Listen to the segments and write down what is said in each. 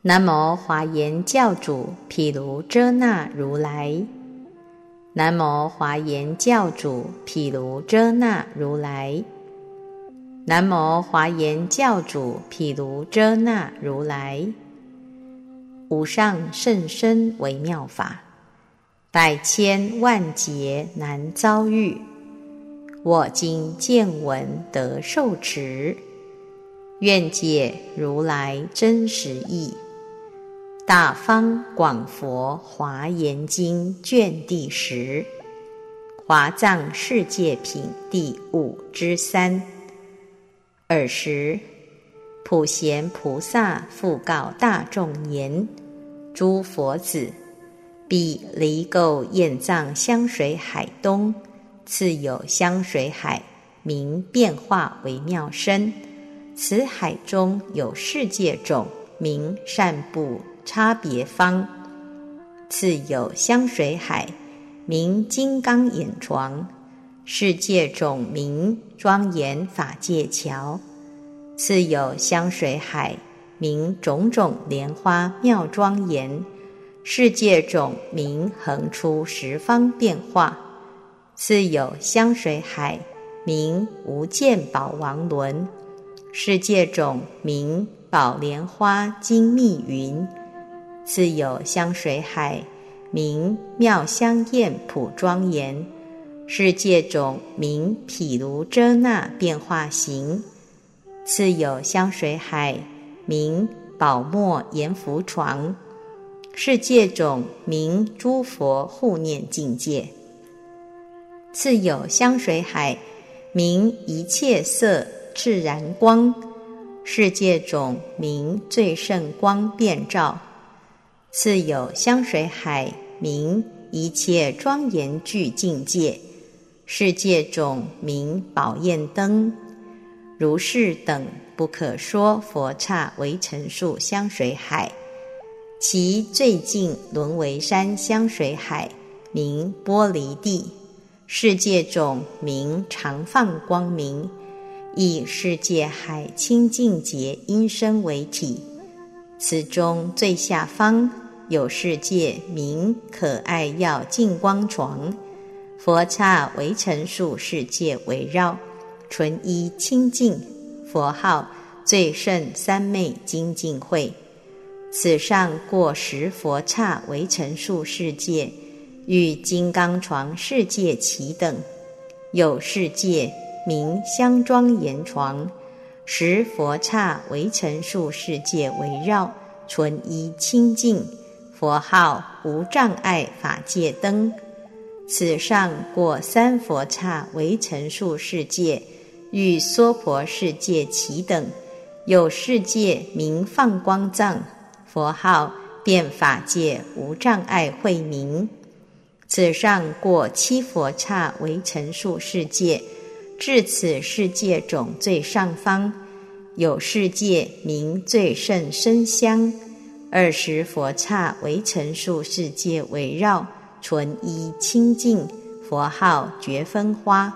南无华严教主毗卢遮那如来。南无华严教主毗卢遮那如来。南无华严教主毗卢遮那如来。无上甚深微妙法，百千万劫难遭遇。我今见闻得受持，愿解如来真实义。大方广佛华严经卷第10，华藏世界品第5之3。尔时，普贤菩萨复告大众言：诸佛子，彼离垢焰藏香水海东，次有香水海，名变化微妙身。此海中有世界种，名善布差别方。次有香水海，名金刚眼床。世界种名庄严法界桥。次有香水海，名种种莲花妙庄严。世界种名横出十方变化。次有香水海，名无间宝王轮。世界种名宝莲花金密云。次有香水海，名妙香焰普庄严。世界种名毗卢遮那变化行。次有香水海，名宝墨阎浮床。世界种名诸佛护念境界。次有香水海，名一切色炽然光。世界种名最胜光遍照。次有香水海，名一切庄严具境界。世界种名宝焰灯。如是等不可说佛刹为陈数香水海。其最近轮为山香水海，名玻璃地。世界种名常放光明。以世界海清净洁音声为体。此中最下方有世界名可爱耀净光床。佛刹为陈数世界围绕，纯一清净。佛号最胜三昧精进会。此上过10佛刹为陈数世界，与金刚床世界齐等。有世界名香庄严床。10佛刹为陈数世界围绕，纯一清净。佛号无障碍法界灯。此上过3佛刹为陈数世界，与娑婆世界齐等。有世界名放光藏。佛号遍法界无障碍慧明。此上过7佛刹为陈数世界，至此世界种最上方有世界名最胜身香。20佛刹为陈数世界围绕，纯一清净。佛号觉分花。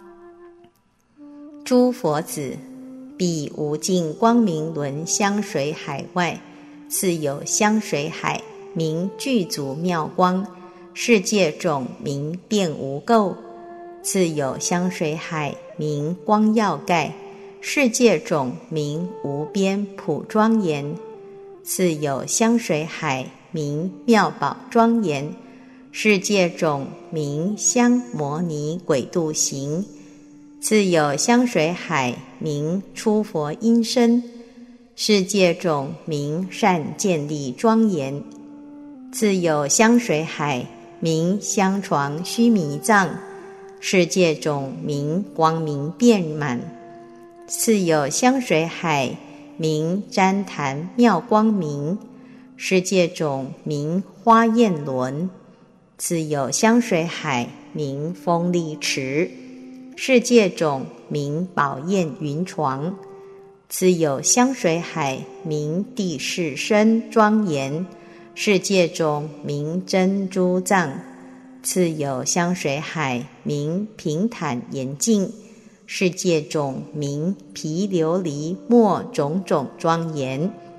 诸佛子，彼无尽光明轮香水海外，次有香水海，名具足妙光。世界种名遍无垢。次有香水海，名光耀盖。世界种名无边普庄严。次有香水海，名妙宝庄严。世界种名香摩尼鬼度行。次有香水海，名出佛音声。世界种名善建立庄严。次有香水海，名香床须弥藏。世界种名光明遍满。次有香水海，名旃檀妙光明。世界种名花焰轮。次有香水海，名风力池。世界种名宝焰云床。次有香水海，名地势深庄严。世界种名珍珠藏。次有香水海，名平坦严净。世界种名毗琉璃末种种庄严。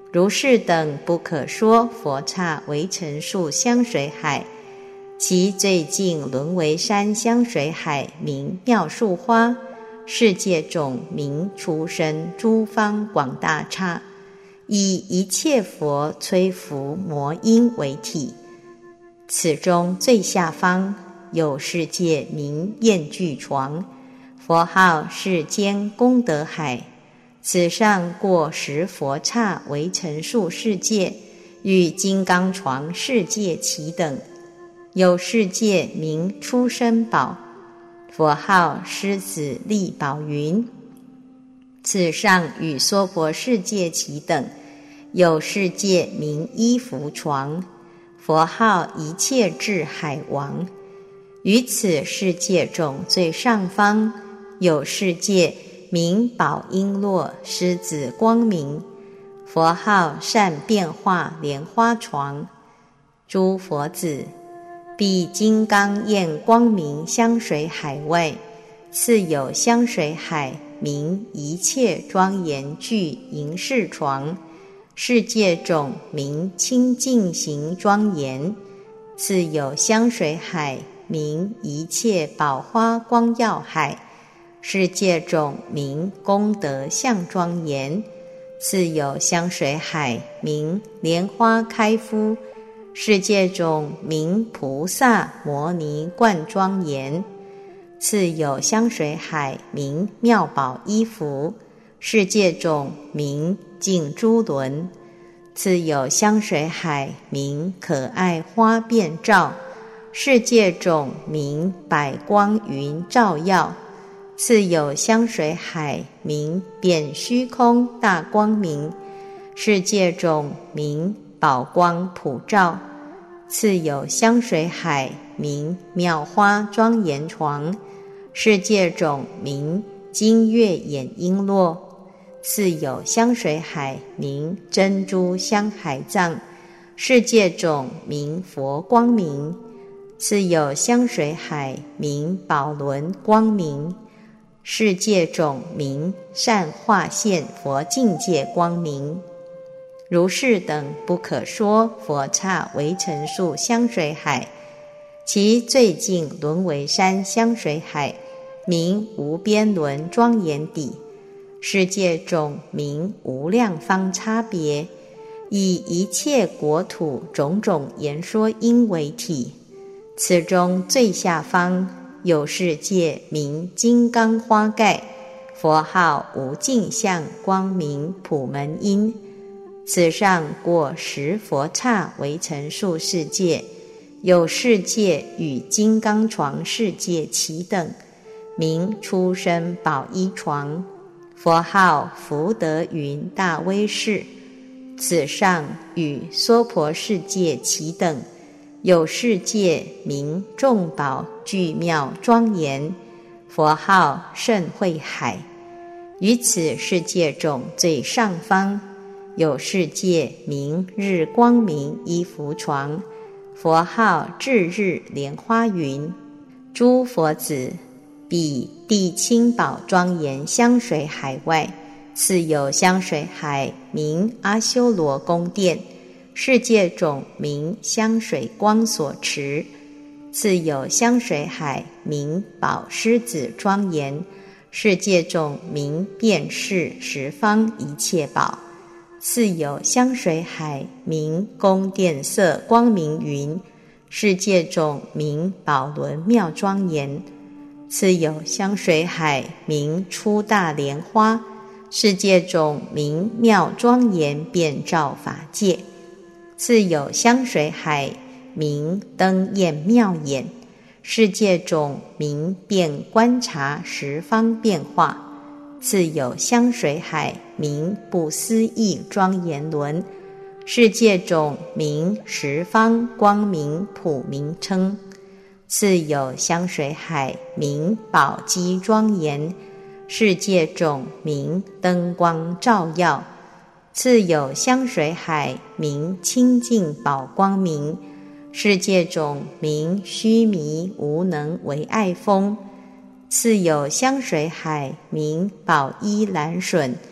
如是等不可说佛刹为尘数香水海，其最近轮为山香水海，名妙树花。世界种名出生诸方广大刹，以一切佛摧伏魔因为体。此中最下方有世界名焰具床，佛号世间功德海。此上过10佛刹为尘数世界，与金刚床世界齐等。有世界名出生宝，佛号狮子力宝云。此上与娑婆世界齐等。有世界名衣服床，佛号一切智海王。于此世界中最上方有世界名宝璎珞狮子光明，佛号善变化莲花床。诸佛子，彼金刚焰光明香水海外，次有香水海名一切庄严具银饰床。世界种名清净行庄严，次有香水海名一切宝花光耀海。世界种名功德相庄严，次有香水海名莲花开敷。世界种名菩萨摩尼冠庄严，次有香水海名妙宝衣服。世界种名净珠轮，次有香水海名可爱花变照。世界种名百光云照耀，次有香水海名遍虚空大光明。世界种名宝光普照，次有香水海名妙花庄严床。世界种名金月眼璎珞，次有香水海名珍珠香海藏。世界种名佛光明，次有香水海名宝轮光明。世界种名善化现佛境界光明。如是等不可说佛刹为尘数香水海，其最近轮为山香水海，名无边轮庄严底。世界种名无量方差别，以一切国土种种言说因为体。此中最下方有世界名金刚花盖，佛号无尽相光明普门因。此上过10佛刹为尘数世界，有世界与金刚床世界齐等，名出生宝衣床。佛号福德云大威势。此上与娑婆世界齐等，有世界名众宝具妙庄严，佛号盛慧海。于此世界中最上方有世界名日光明衣服床，佛号至日莲花云。诸佛子，彼地清宝庄严香水海外，次有香水海名阿修罗宫殿。世界种名香水光所持，次有香水海名宝狮子庄严。世界种名遍视十方一切宝，次有香水海名宫殿色光明云。世界种名宝轮妙庄严，次有香水海名出大莲花。世界种名妙庄严遍照法界，次有香水海名灯焰妙眼。世界种名遍观察十方变化，次有香水海名不思议庄严轮。世界种名十方光明普名称，次有香水海名宝积庄严。世界种名灯光照耀，次有香水海名清净宝光明。世界种名虚迷无能为爱风，次有香水海名宝衣蓝笋。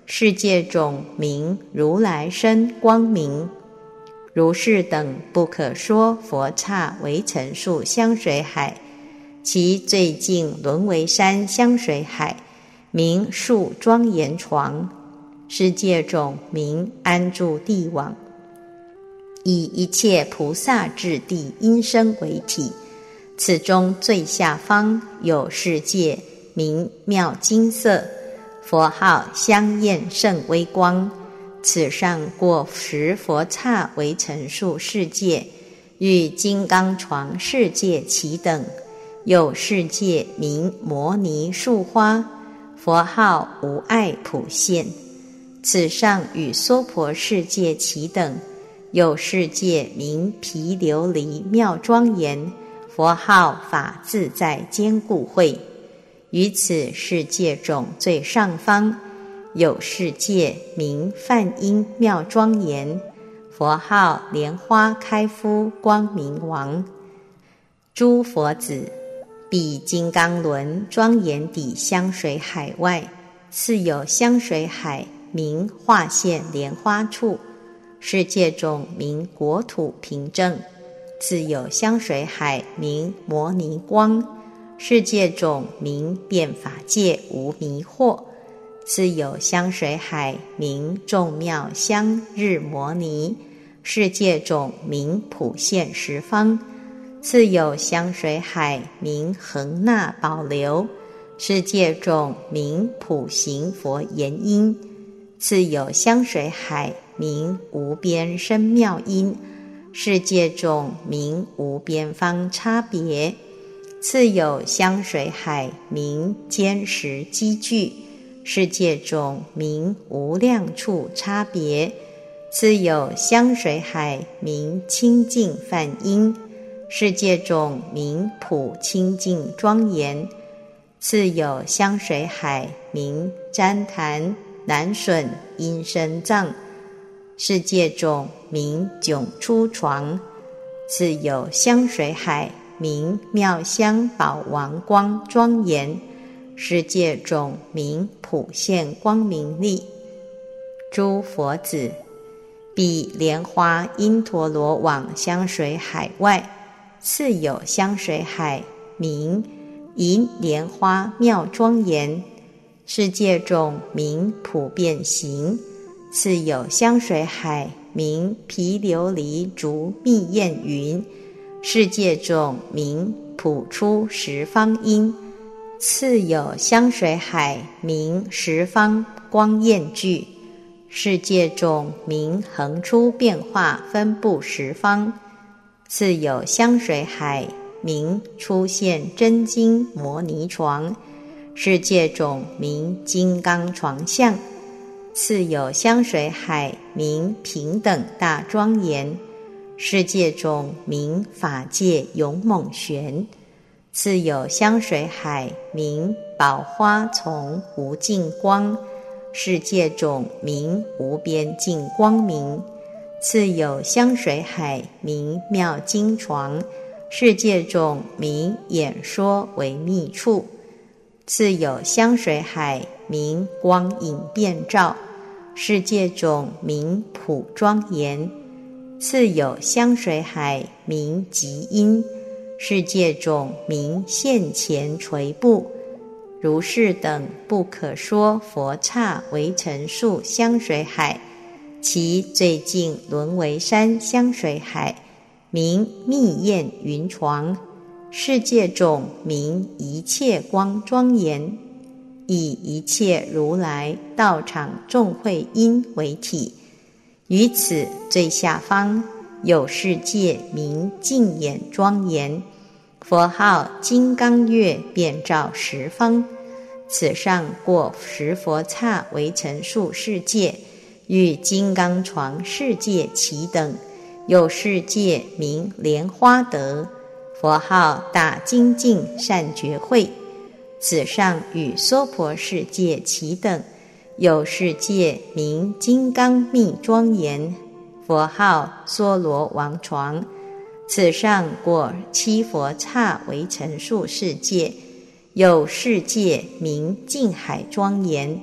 世界种名如来身光明。如是等不可说佛刹为尘数香水海，其最净轮为山香水海，名树庄严床。世界种名安住地网，以一切菩萨智地音声为体。此中最下方有世界名妙金色，佛号香焰胜微光。此上过10佛刹为尘数世界，与金刚床世界齐等。有世界名摩尼树花，佛号无碍普现。此上与娑婆世界齐等。有世界名毗琉璃妙庄严，佛号法自在坚固慧。于此世界种最上方有世界名梵音妙庄严，佛号莲花开敷光明王。诸佛子，彼金刚轮庄严底香水海外，次有香水海名化现莲花处。世界种名国土平正。次有香水海名摩尼光。世界种名变法界无迷惑。次有香水海名众妙香日摩尼。世界种名普现十方。次有香水海名恒那宝流。世界种名普行佛言音。次有香水海名无边深妙音。世界种名无边方差别。次有香水海名坚实积聚。世界种名无量处差别。次有香水海名清净梵音。世界种名普清净庄严。次有香水海名旃檀南笋阴身藏。世界种名迥出床。次有香水海名妙香宝王光庄严。世界种名普现光明力。诸佛子，彼莲花因陀罗网香水海外，次有香水海名银莲花妙庄严。世界种名普遍行。次有香水海名毗琉璃竹密焰云。世界种名普出十方音。次有香水海名十方光焰具。世界种名恒出变化分布十方。次有香水海名出现真金摩尼床。世界种名金刚床相。次有香水海名平等大庄严。世界种名法界勇猛玄。次有香水海名宝花丛无尽光。世界种名无边尽光明。次有香水海名妙经床。世界种名演说为密处。次有香水海名光影遍照。世界种名普庄严。次有香水海名极音。世界种名现前垂布。如是等不可说佛刹为尘数香水海，其最净轮为山香水海，名密焰云床。世界种名一切光庄严，以一切如来道场众会因为体。于此最下方有世界名净眼庄严，佛号金刚月遍照十方。此上过10佛刹为尘数世界，与金刚床世界齐等。有世界名莲花德，佛号大精进善觉慧。此上与娑婆世界齐等。有世界名金刚密庄严，佛号娑罗王床。此上过7佛刹为尘数世界。有世界名净海庄严，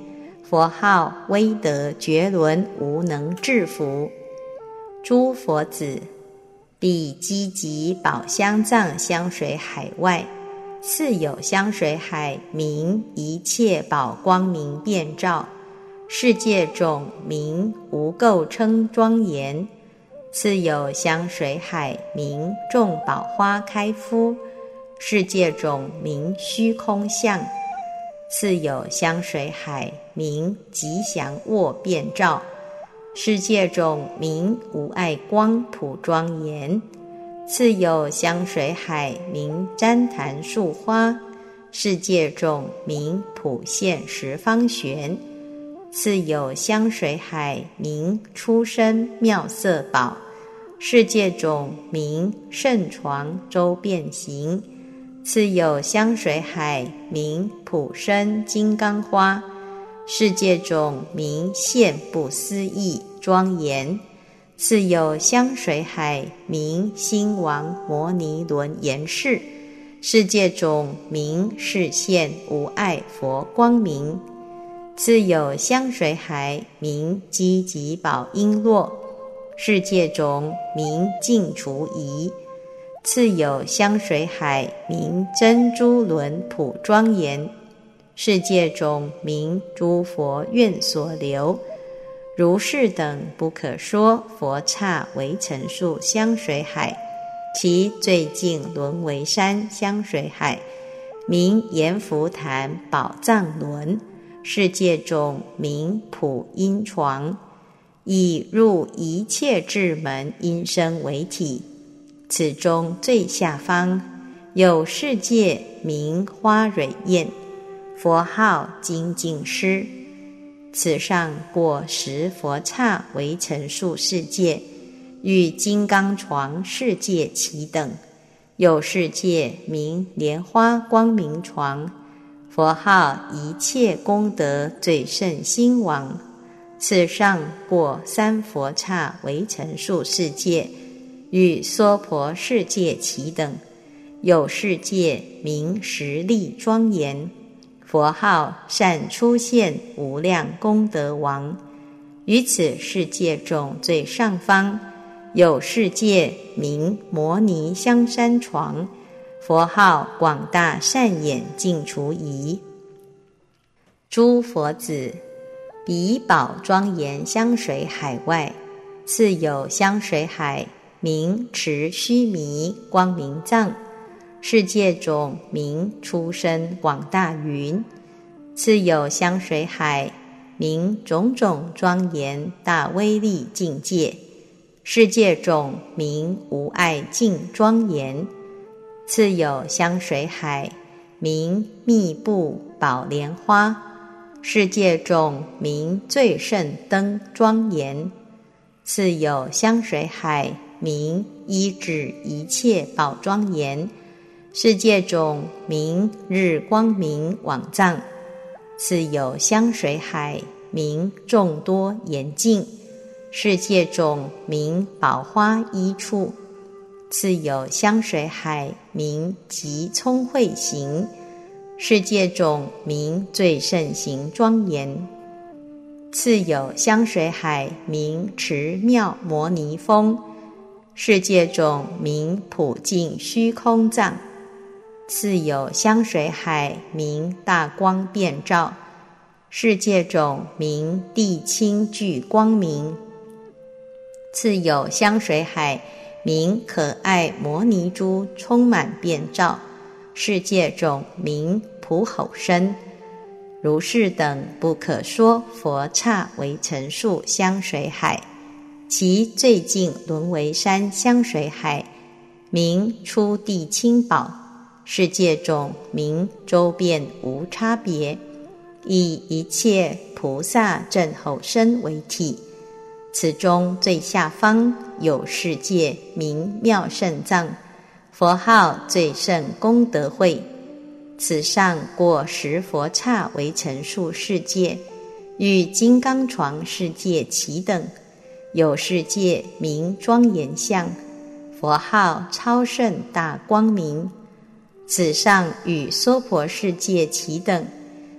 佛号威德绝伦，无能制伏。诸佛子，彼积集宝香藏香水海外，似有香水海，名一切宝光明遍照，世界种名无垢称庄严。次有香水海，名众宝花开敷，世界种名虚空相。次有香水海，名吉祥卧遍照，世界种名无碍光普庄严。次有香水海，名旃檀树花，世界种名普现十方玄。次有香水海，名出生妙色宝，世界种名圣床周遍行。次有香水海，名普生金刚花，世界种名现不思议庄严。次有香水海，名兴王摩尼轮严饰，世界种名示现无碍佛光明。次有香水海，名积集宝璎珞，世界种名净除疑。次有香水海，名珍珠轮普庄严，世界种名诸佛愿所留。如是等不可说佛刹为陈述香水海，其最近轮为山香水海，名阎浮檀宝藏轮，世界种名普音床，以入一切智门音声为体。此中最下方有世界名花蕊焰，佛号精进师。此上过10佛刹为陈述世界，与金刚床世界齐等。有世界名莲花光明床，佛号一切功德最胜兴王。此上过3佛刹为陈述世界，与娑婆世界齐等。有世界名十力庄严，佛号善出现无量功德王。于此世界种最上方有世界名摩尼香山床，佛号广大善眼净除疑。诸佛子，彼宝庄严香水海外，次有香水海，名持须弥光明藏，世界种名出生广大云。次有香水海，名种种庄严大威力境界，世界种名无碍净庄严。次有香水海，名密布宝莲花，世界种名最胜灯庄严。次有香水海，名依止一切宝庄严，世界种名日光明往藏。次有香水海，名众多严净，世界种名宝花依处。次有香水海，名极聪慧行，世界种名最胜行庄严。次有香水海，名持妙摩尼峰，世界种名普净虚空藏。次有香水海，名大光遍照，世界种名地清具光明。次有香水海，名可爱摩尼珠充满遍照，世界种名普吼声。如是等不可说佛刹为陈述香水海，其最近轮为山香水海，名出地清宝，世界种名周遍无差别，以一切菩萨正吼声为体。此中最下方有世界名妙胜藏，佛号最胜功德会。此上过10佛刹为陈述世界，与金刚床世界齐等。有世界名庄严相，佛号超胜大光明。此上与娑婆世界齐等。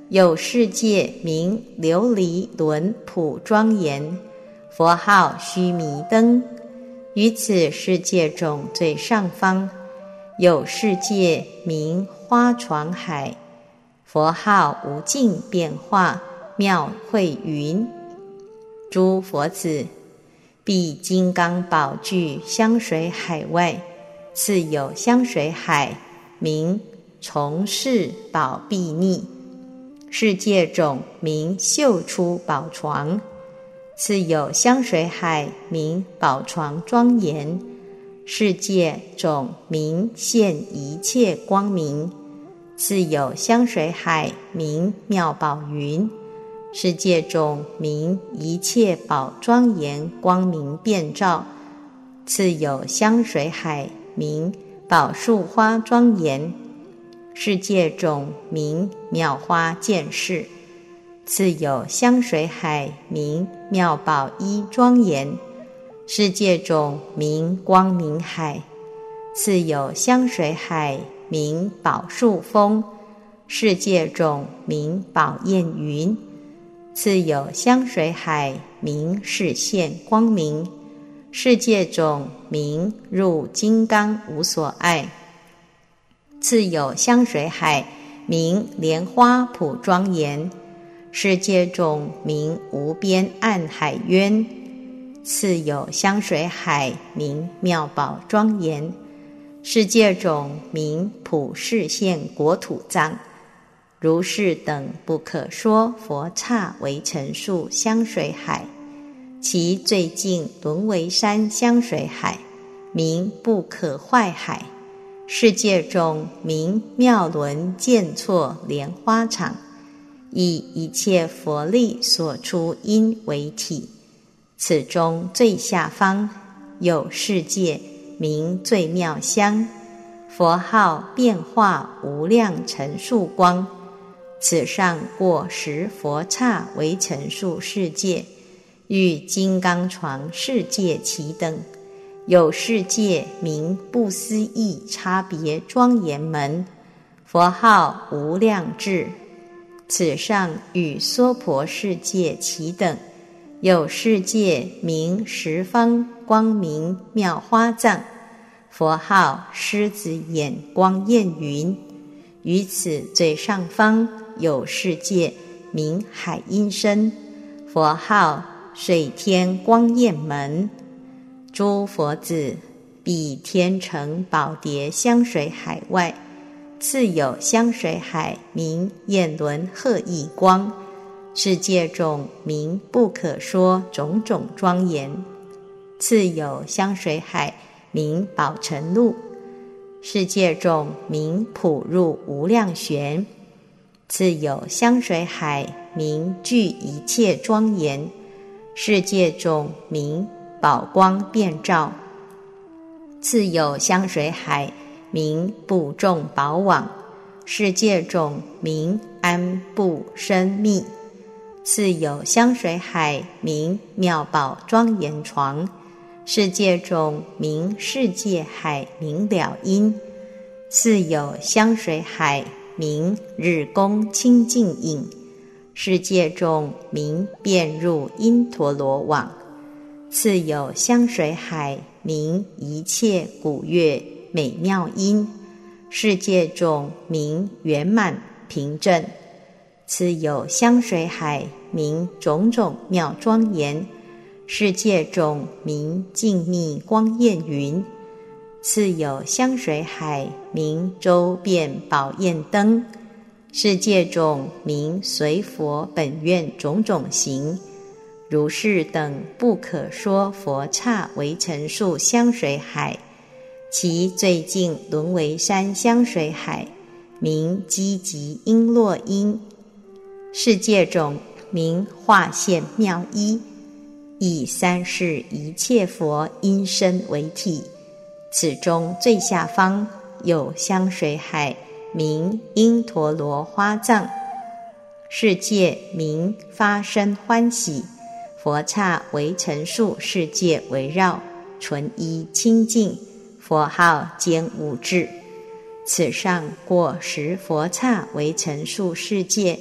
有世界名琉璃轮普庄严，佛号须弥灯。于此世界中最上方，有世界名花床海，佛号无尽变化妙慧云。诸佛子，彼金刚宝具香水海外，次有香水海名从事宝壁逆，世界种名秀出宝床，次有香水海名宝床庄严，世界种名现一切光明，次有香水海名妙宝云，世界种名一切宝庄严光明遍照，次有香水海名宝树花庄严，世界种名妙花见识，次有香水海名妙宝衣庄严，世界种名光明海，次有香水海名宝树峰，世界种名宝焰云，次有香水海名示现光明，世界种名入金刚无所碍，次有香水海名莲花普庄严，世界种名无边暗海渊，次有香水海名妙宝庄严，世界种名普示现国土藏。如是等不可说佛刹为陈述香水海，其最近轮为山香水海名不可坏海，世界中名妙轮见错莲花场，以一切佛力所出因为体。此中最下方有世界名最妙香，佛号变化无量陈述光，此上过十佛刹为陈述世界，与金刚床世界齐等。有世界名不思议差别庄严门，佛号无量智，此上与娑婆世界齐等。有世界名十方光明妙花藏，佛号狮子眼光焰云。于此最上方有世界名海音身，佛号水天光焰门。诸佛子，彼天成宝蝶香水海外，次有香水海名焰轮鹤翼光，世界种名不可说种种庄严，次有香水海名宝沉露，世界种名普入无量玄，次有香水海名具一切庄严，世界种名宝光遍照，次有香水海名不众宝网，世界种名安不生密，次有香水海名妙宝庄严床，世界种名世界海名了因，次有香水海名日宫清净影，世界种名遍入因陀罗网，次有香水海名一切古乐美妙音，世界种名圆满平正，次有香水海名种种妙庄严，世界种名静谧光焰云，次有香水海名周遍宝焰灯，世界种名随佛本愿种种行。如是等不可说佛刹为陈述香水海，其最近轮为山香水海名积极璎珞音，世界种名化现妙一，以三世一切佛因身为体。此中最下方有香水海名因陀罗花藏，世界名发生欢喜，佛刹为陈述世界围绕，纯一清净，佛号坚无智。此上过十佛刹为陈述世界，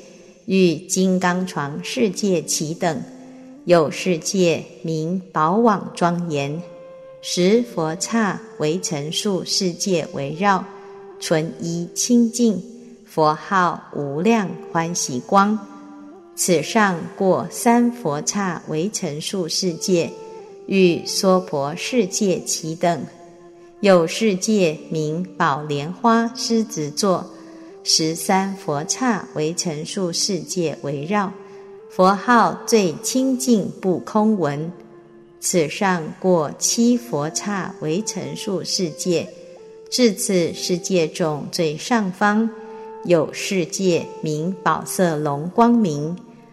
与金刚床世界齐等，有世界名宝网庄严，10佛刹为尘数世界围绕，纯一清净，佛号无量欢喜光。此上过3佛刹为尘数世界，与娑婆世界齐等，有世界名宝莲花狮子座，13佛刹为尘数世界围绕，佛号最清净不空闻。此上过7佛刹为尘数世界，至此世界中最上方，有世界名宝色龙光明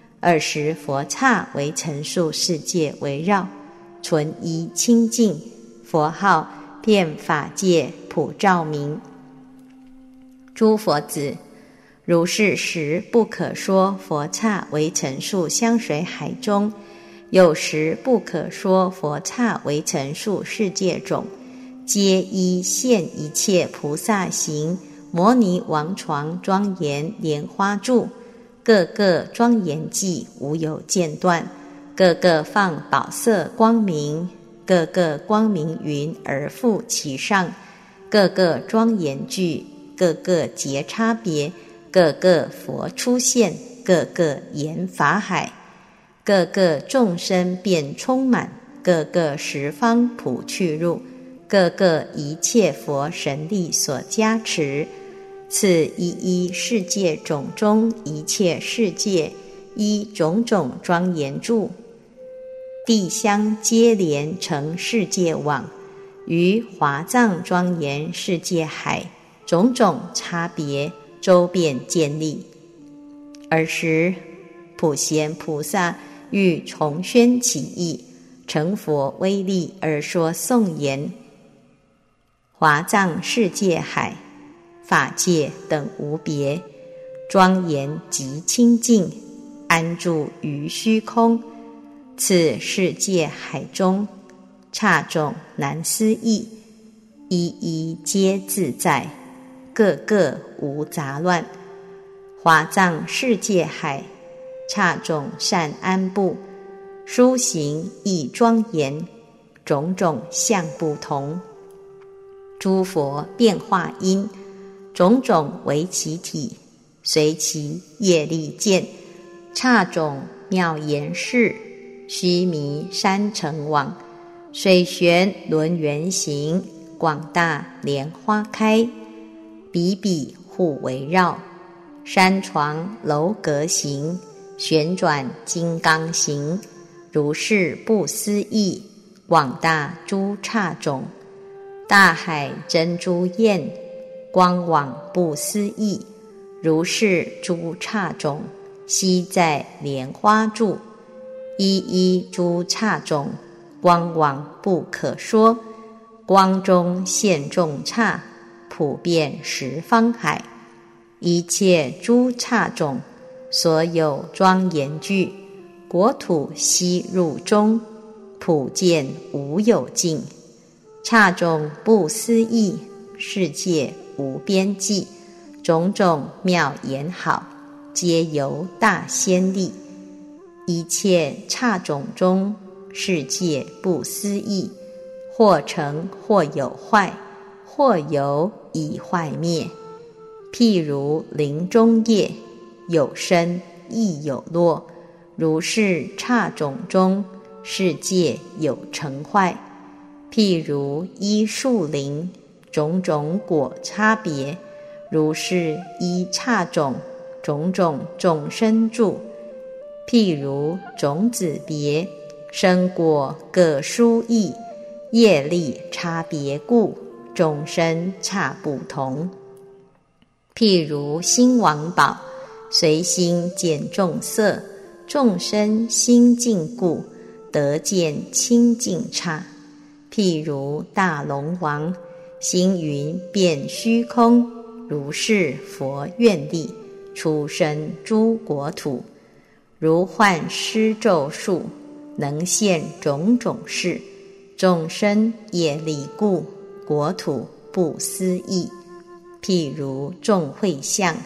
，20佛刹为尘数世界围绕，纯一清净，佛号遍法界普照明。诸佛子，如是10不可说佛刹为尘数香水海中，有10不可说佛刹为尘数世界种，皆依现一切菩萨行，摩尼王床庄严莲花柱，个个庄严际无有间断，个个放宝色光明，个个光明云而覆其上，个个庄严具，个个结差别，个个佛出现，个个言法海，个个众生便充满，个个十方普去入，个个一切佛神力所加持。此一一世界种中一切世界，依种种庄严住，地相接连成世界网，于华藏庄严世界海，种种差别周遍建立。尔时普贤菩萨欲重宣其意，成佛威力而说颂言：华藏世界海，法界等无别，庄严极清净，安住于虚空。此世界海中，刹种难思议，一一皆自在，个个无杂乱。华藏世界海，刹种善安布，殊行亦庄严，种种相不同。诸佛变化因，种种为其体，随其业力见，刹种妙言事，须弥山城网，水旋轮圆形，广大莲花开，比比互围绕，山床楼阁形，旋转金刚形，如是不思议，广大诸刹种，大海珍珠焰，光网不思议，如是诸刹种，悉在莲花柱，一一诸刹种，光网不可说，光中现众刹，普遍十方海，一切诸刹种，所有庄严具，国土悉入中，普见无有尽。刹种不思议，世界无边际，种种妙言好，皆由大仙力。一切刹种中，世界不思议，或成或有坏，或有已坏灭。譬如林中叶，有生亦有落，如是刹种中，世界有成坏。譬如依树林，种种果差别，如是依刹种，种种众生住。譬如种子别，生果各殊异，业力差别故，众生差不同。譬如心王宝，随心见众色，众生心净故，得见清净刹。譬如大龙王，星云遍虚空，如是佛愿力，出生诸国土，如幻施咒术，能现种种事，众生业力故，国土不思议。譬如众会相，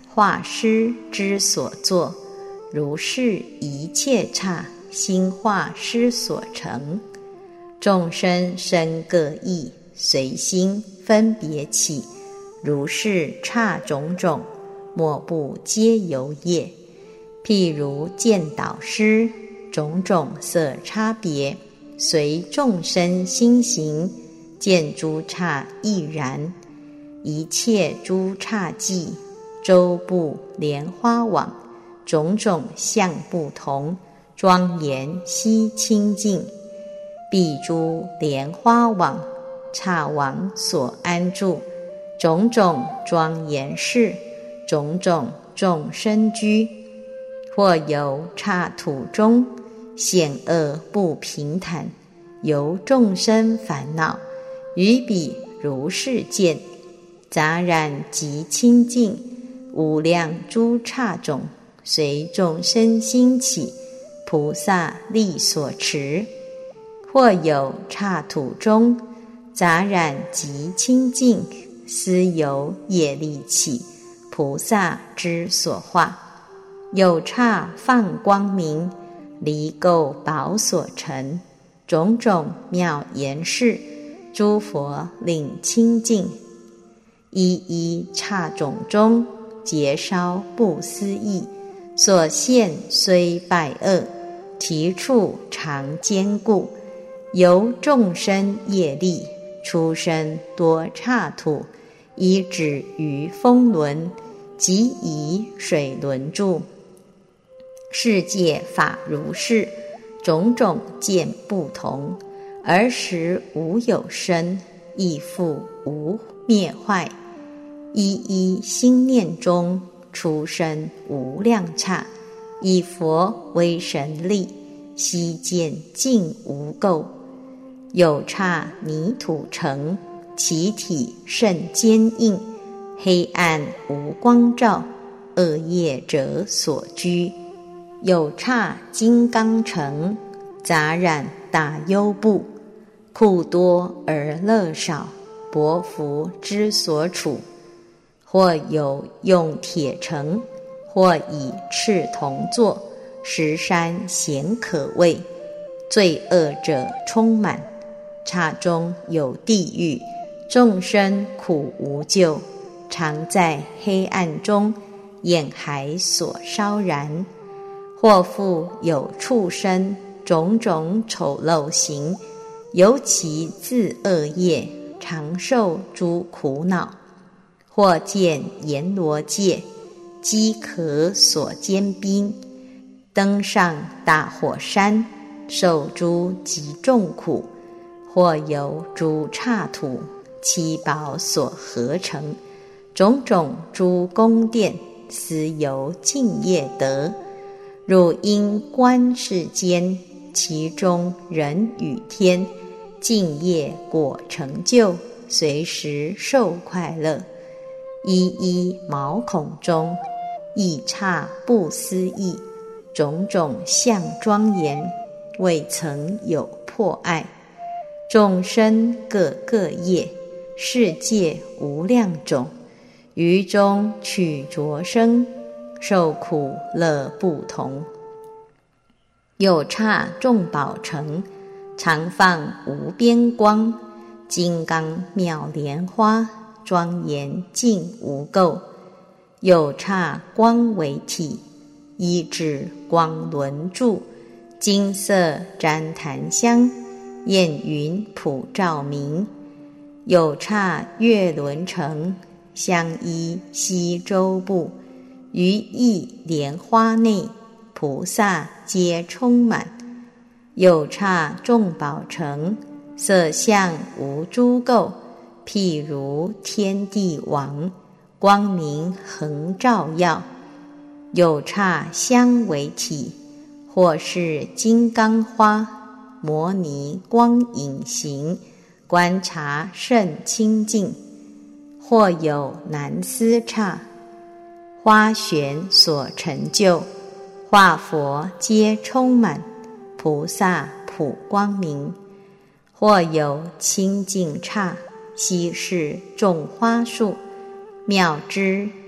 画师之所作，如是一切刹，心画师所成。众生身各异，随心分别起，如是刹种种，莫不皆由业。譬如见导师，种种色差别，随众生心行，见诸刹亦然。一切诸刹际，周布莲花网，种种相不同，庄严悉清净。彼诸莲花网，刹网所安住，种种庄严事，种种众生居。或由刹土中，险恶不平坦，由众生烦恼，于彼如是见，杂染极清净，无量诸刹种，随众生兴起，菩萨力所持。或有刹土中，杂染极清净，斯由业力起，菩萨之所化。有刹放光明，离垢宝所成，种种妙言事，诸佛令清净。一一刹种中，劫烧不思议，所现虽败恶，其处常坚固。由众生业力，出生多刹土，依止于风轮，即以水轮住。世界法如是，种种见不同，而时无有生，亦复无灭坏。一一心念中，出生无量刹，以佛威神力，悉见尽无垢。有刹泥土成，其体甚坚硬，黑暗无光照，恶业者所居。有刹金刚成，杂染大优布，库多而乐少，薄福之所处。或有用铁成，或以赤铜做，石山咸可畏，罪恶者充满。刹中有地狱，众生苦无救，常在黑暗中，眼海所烧燃。或复有畜生，种种丑陋行，由其自恶业，常受诸苦恼。或见阎罗界，饥渴所坚冰，登上大火山，受诸极重苦。或有诸刹土，七宝所合成，种种诸宫殿，斯由净业得。汝应观世间，其中人与天，净业果成就，随时受快乐。一一毛孔中，亦刹不思议，种种相庄严，未曾有破碍。众生各各业，世界无量种，于中取着生，受苦乐不同。有刹众宝成，常放无边光，金刚妙莲花，庄严净无垢。有刹光为体，依止光轮住，金色旃檀香，焰云普照明。有刹月轮成，香依悉周布，于一莲花内，菩萨皆充满。有刹众宝成，色相无诸垢，譬如天地王，光明恒照耀。有刹香为体，或是金刚花，摩尼光影形，观察甚清净。或有南斯刹，花玄所成就，化佛皆充满，菩萨普光明。或有清净刹，悉是种花树，妙枝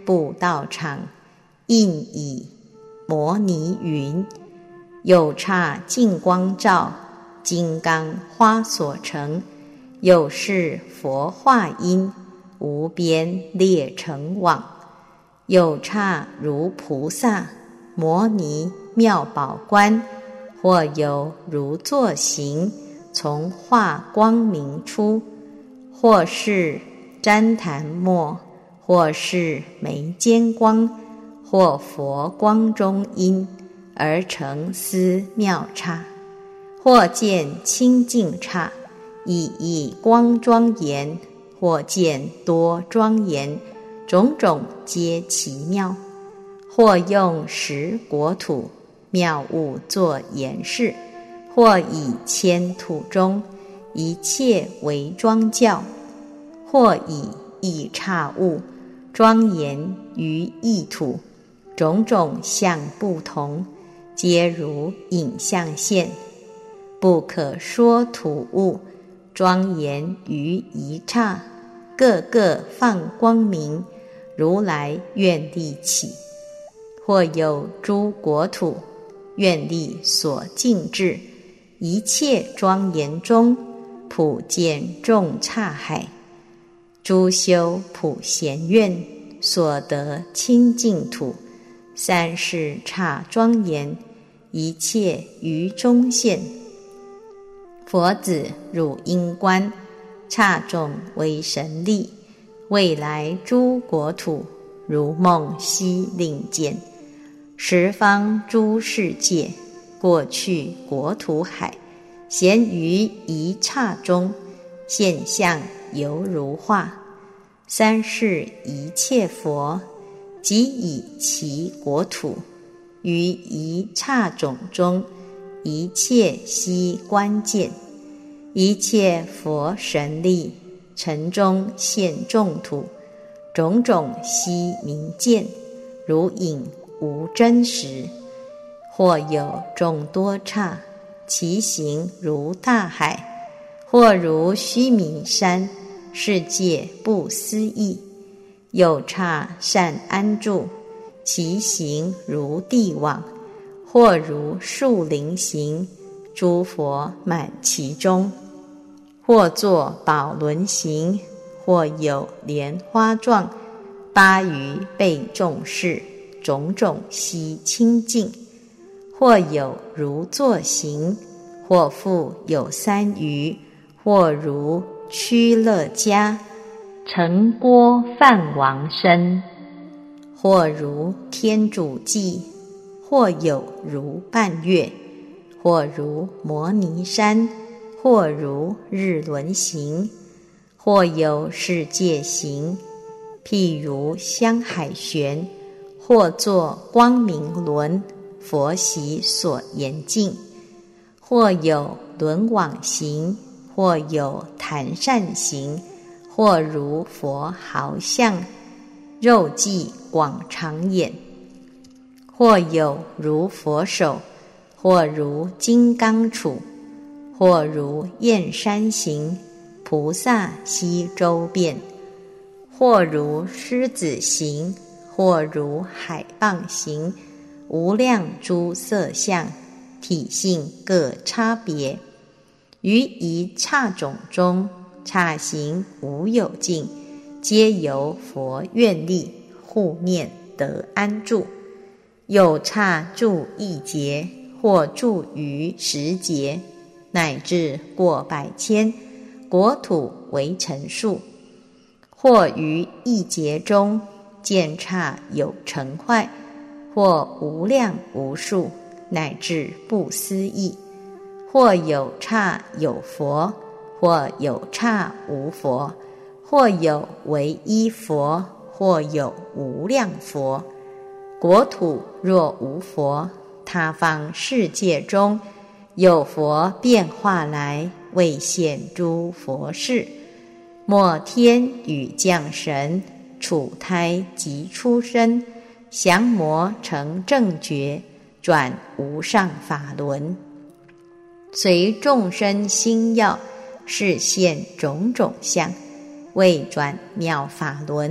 布道场，印以摩尼云，有刹净光照，金刚花所成，有是佛化音，无边列成网，有刹如菩萨摩尼妙宝观，或有如坐行，从化光明出，或是旃檀末，或是眉间光，或佛光中因，而成思妙刹，或见清净刹，以光庄严，或见多庄严，种种皆奇妙。或用十国土妙物作言示，或以千土中一切为庄教，或以一刹物庄严于一土，种种相不同，皆如影像现，不可说土物庄严于一刹，个个放光明，如来愿力起。或有诸国土愿力所尽至，一切庄严中普见众刹海，诸修普贤愿所得清净土，三世刹庄严，一切于中现。佛子汝应观，刹众为神力，未来诸国土如梦悉令见，十方诸世界，过去国土海，闲于一刹中，现象犹如画。三世一切佛，即以其国土，于一刹种中，一切悉观见，一切佛神力，尘中现众土，种种悉明见，如影无真实。或有众多刹，其形如大海，或如须弥山，世界不思议。有刹善安住，其形如地网，或如树林形，诸佛满其中。或作宝轮形，或有莲花状，八余倍众事，种种悉清净。或有如坐行，或复有三余，或如趋乐家城郭饭王身，或如天主记，或有如半月，或如摩尼山，或如日轮形，或有世界形，譬如香海旋，或作光明轮，佛习所严净。或有轮网形，或有檀扇形，或如佛毫像，肉髻广长眼。或有如佛手，或如金刚杵，或如燕山形，菩萨悉周遍。或如狮子形，或如海蚌形，无量诸色相，体性各差别。于一刹种中，刹形无有尽，皆由佛愿力护念得安住。有刹住一劫，或住于10劫，乃至过百千，国土为尘数。或于一劫中，见刹有成坏，或无量无数，乃至不思议。或有刹有佛，或有刹无佛，或有唯一佛，或有无量佛。国土若无佛，他方世界中有佛变化来，为现诸佛事。末天与降神，处胎即出生，降魔成正觉，转无上法轮。随众生心要，示现种种相，为转妙法轮，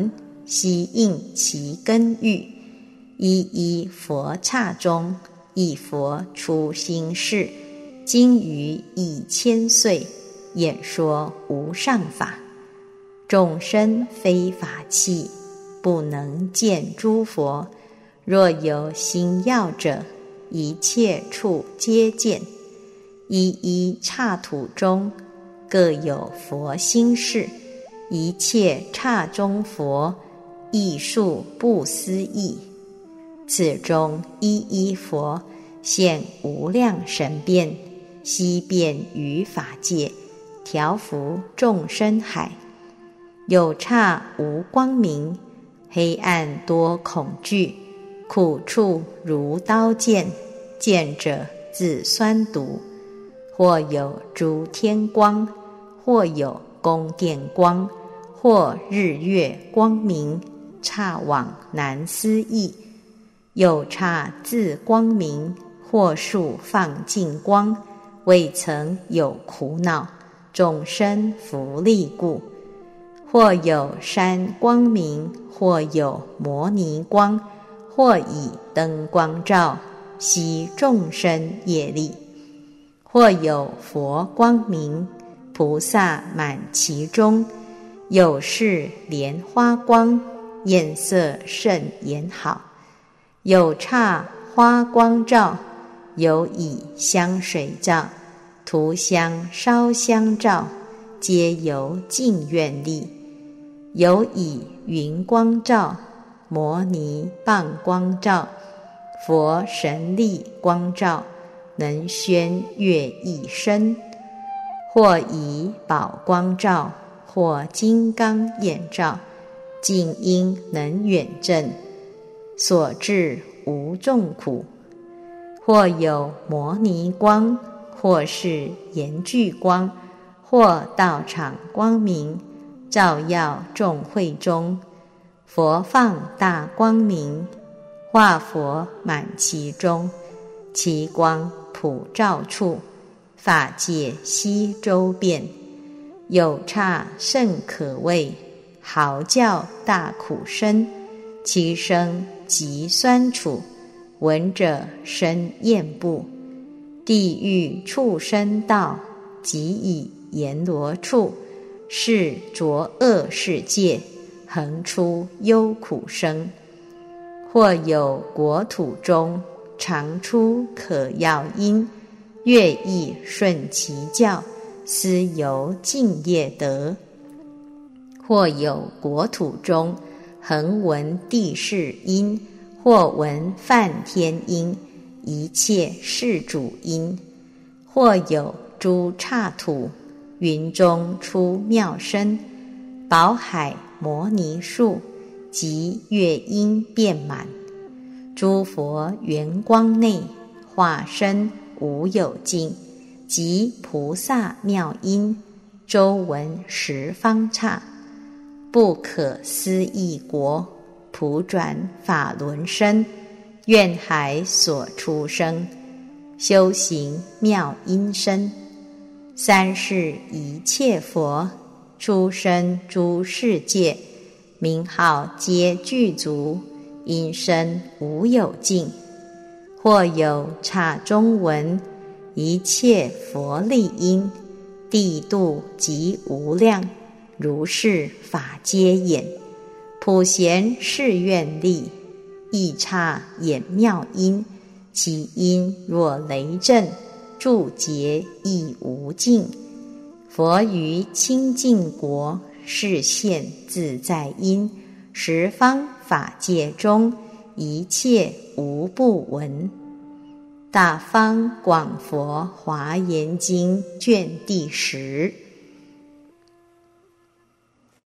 悉应其根喻。一一佛刹中，一佛出心事，经于1000岁，演说无上法。众生非法器，不能见诸佛。若有心要者，一切处皆见。一一刹土中，各有佛心事，一切刹中佛，亦数不思议。此中一一佛，现无量神变，悉遍于法界，调伏众生海。有刹无光明，黑暗多恐惧，苦处如刀剑，见者自酸毒。或有诸天光，或有宫殿光，或日月光明，刹往难思议。有刹自光明，或数放尽光，未曾有苦恼，众生福利故。或有山光明，或有摩尼光，或以灯光照，悉众生业力。或有佛光明，菩萨满其中，有是莲花光，艳色甚妍好。有刹花光照，有以香水照，涂香烧香照，皆由净愿力。有以云光照，摩尼棒光照，佛神力光照，能宣悦一身。或以宝光照，或金刚眼照，净因能远证，所至无众苦。或有摩尼光，或是严具光，或道场光明，照耀众会中。佛放大光明，化佛满其中，其光普照处，法界悉周遍。有刹甚可畏，嚎叫大苦声，其声极酸楚，闻者生厌怖。地狱畜生道，即以阎罗处，是浊恶世界，恒出忧苦声。或有国土中，常出可药因，乐意顺其教，思由净业得。或有国土中，恒闻地势音，或闻梵天音，一切世主音。或有诸刹土，云中出妙声，宝海摩尼树，及乐音遍满。诸佛圆光内，化身无有尽，及菩萨妙音，周闻十方刹。不可思议国，普转法轮身，愿海所出生，修行妙音声。三世一切佛，出生诸世界，名号皆具足，音声无有尽。或有刹中闻，一切佛力音，地度极无量，如是法皆演。普贤誓愿力，亦刹演妙音，其音若雷震，诸劫亦无尽。佛于清净国，示现自在音，十方法界中，一切无不闻。大方广佛华严经卷第10。